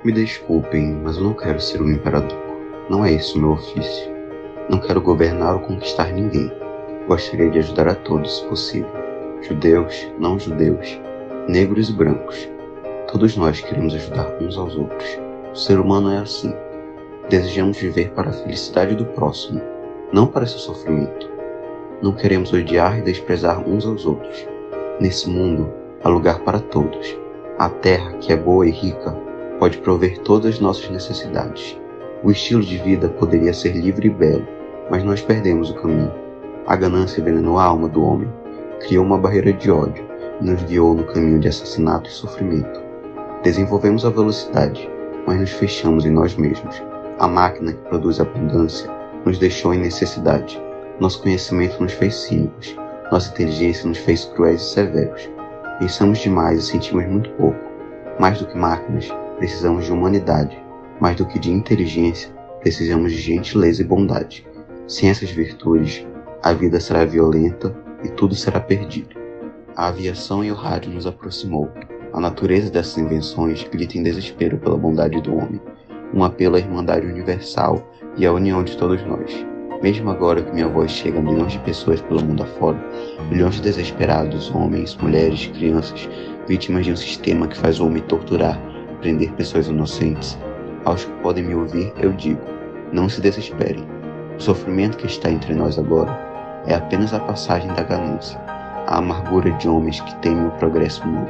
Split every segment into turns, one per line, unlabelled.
Me desculpem, mas eu não quero ser um imperador. Não é esse o meu ofício. Não quero governar ou conquistar ninguém. Gostaria de ajudar a todos, se possível. Judeus, não judeus, negros e brancos. Todos nós queremos ajudar uns aos outros. O ser humano é assim. Desejamos viver para a felicidade do próximo, não para seu sofrimento. Não queremos odiar e desprezar uns aos outros. Nesse mundo, há lugar para todos. A terra, que é boa e rica, pode prover todas as nossas necessidades. O estilo de vida poderia ser livre e belo, mas nós perdemos o caminho. A ganância envenenou a alma do homem, criou uma barreira de ódio e nos guiou no caminho de assassinato e sofrimento. Desenvolvemos a velocidade, mas nos fechamos em nós mesmos. A máquina que produz abundância nos deixou em necessidade. Nosso conhecimento nos fez cínicos. Nossa inteligência nos fez cruéis e severos. Pensamos demais e sentimos muito pouco. Mais do que máquinas, precisamos de humanidade. Mais do que de inteligência, precisamos de gentileza e bondade. Sem essas virtudes, a vida será violenta e tudo será perdido. A aviação e o rádio nos aproximou. A natureza dessas invenções grita em desespero pela bondade do homem. Um apelo à irmandade universal e à união de todos nós. Mesmo agora que minha voz chega a milhões de pessoas pelo mundo afora, milhões de desesperados, homens, mulheres, crianças, vítimas de um sistema que faz o homem torturar e prender pessoas inocentes, aos que podem me ouvir, eu digo, não se desesperem. O sofrimento que está entre nós agora é apenas a passagem da ganância, a amargura de homens que temem o progresso humano.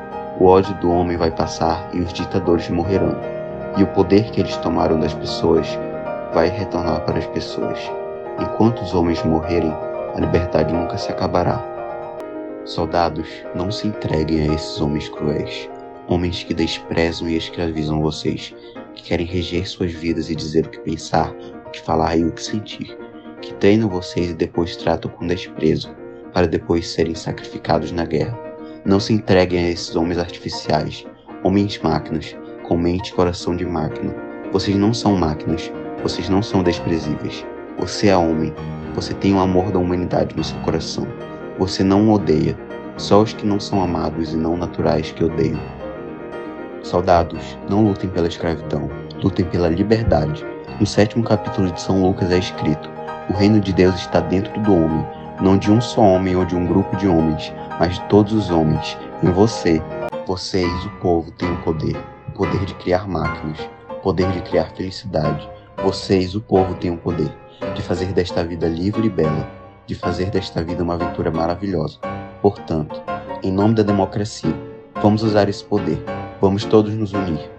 O ódio do homem vai passar e os ditadores morrerão, e o poder que eles tomaram das pessoas vai retornar para as pessoas. Enquanto os homens morrerem, a liberdade nunca se acabará. Soldados, não se entreguem a esses homens cruéis, homens que desprezam e escravizam vocês, que querem reger suas vidas e dizer o que pensar, o que falar e o que sentir, que treinam vocês e depois tratam com desprezo, para depois serem sacrificados na guerra. Não se entreguem a esses homens artificiais, homens-máquinas, com mente e coração de máquina. Vocês não são máquinas, vocês não são desprezíveis. Você é homem, você tem o amor da humanidade no seu coração. Você não odeia, só os que não são amados e não naturais que odeiam. Soldados, não lutem pela escravidão, lutem pela liberdade. No 7º capítulo de São Lucas é escrito: o reino de Deus está dentro do homem, não de um só homem ou de um grupo de homens, mas de todos os homens. Em vocês, o povo, têm o poder de criar máquinas, o poder de criar felicidade. Vocês, o povo, têm o poder de fazer desta vida livre e bela, de fazer desta vida uma aventura maravilhosa. Portanto, em nome da democracia, vamos usar esse poder, vamos todos nos unir.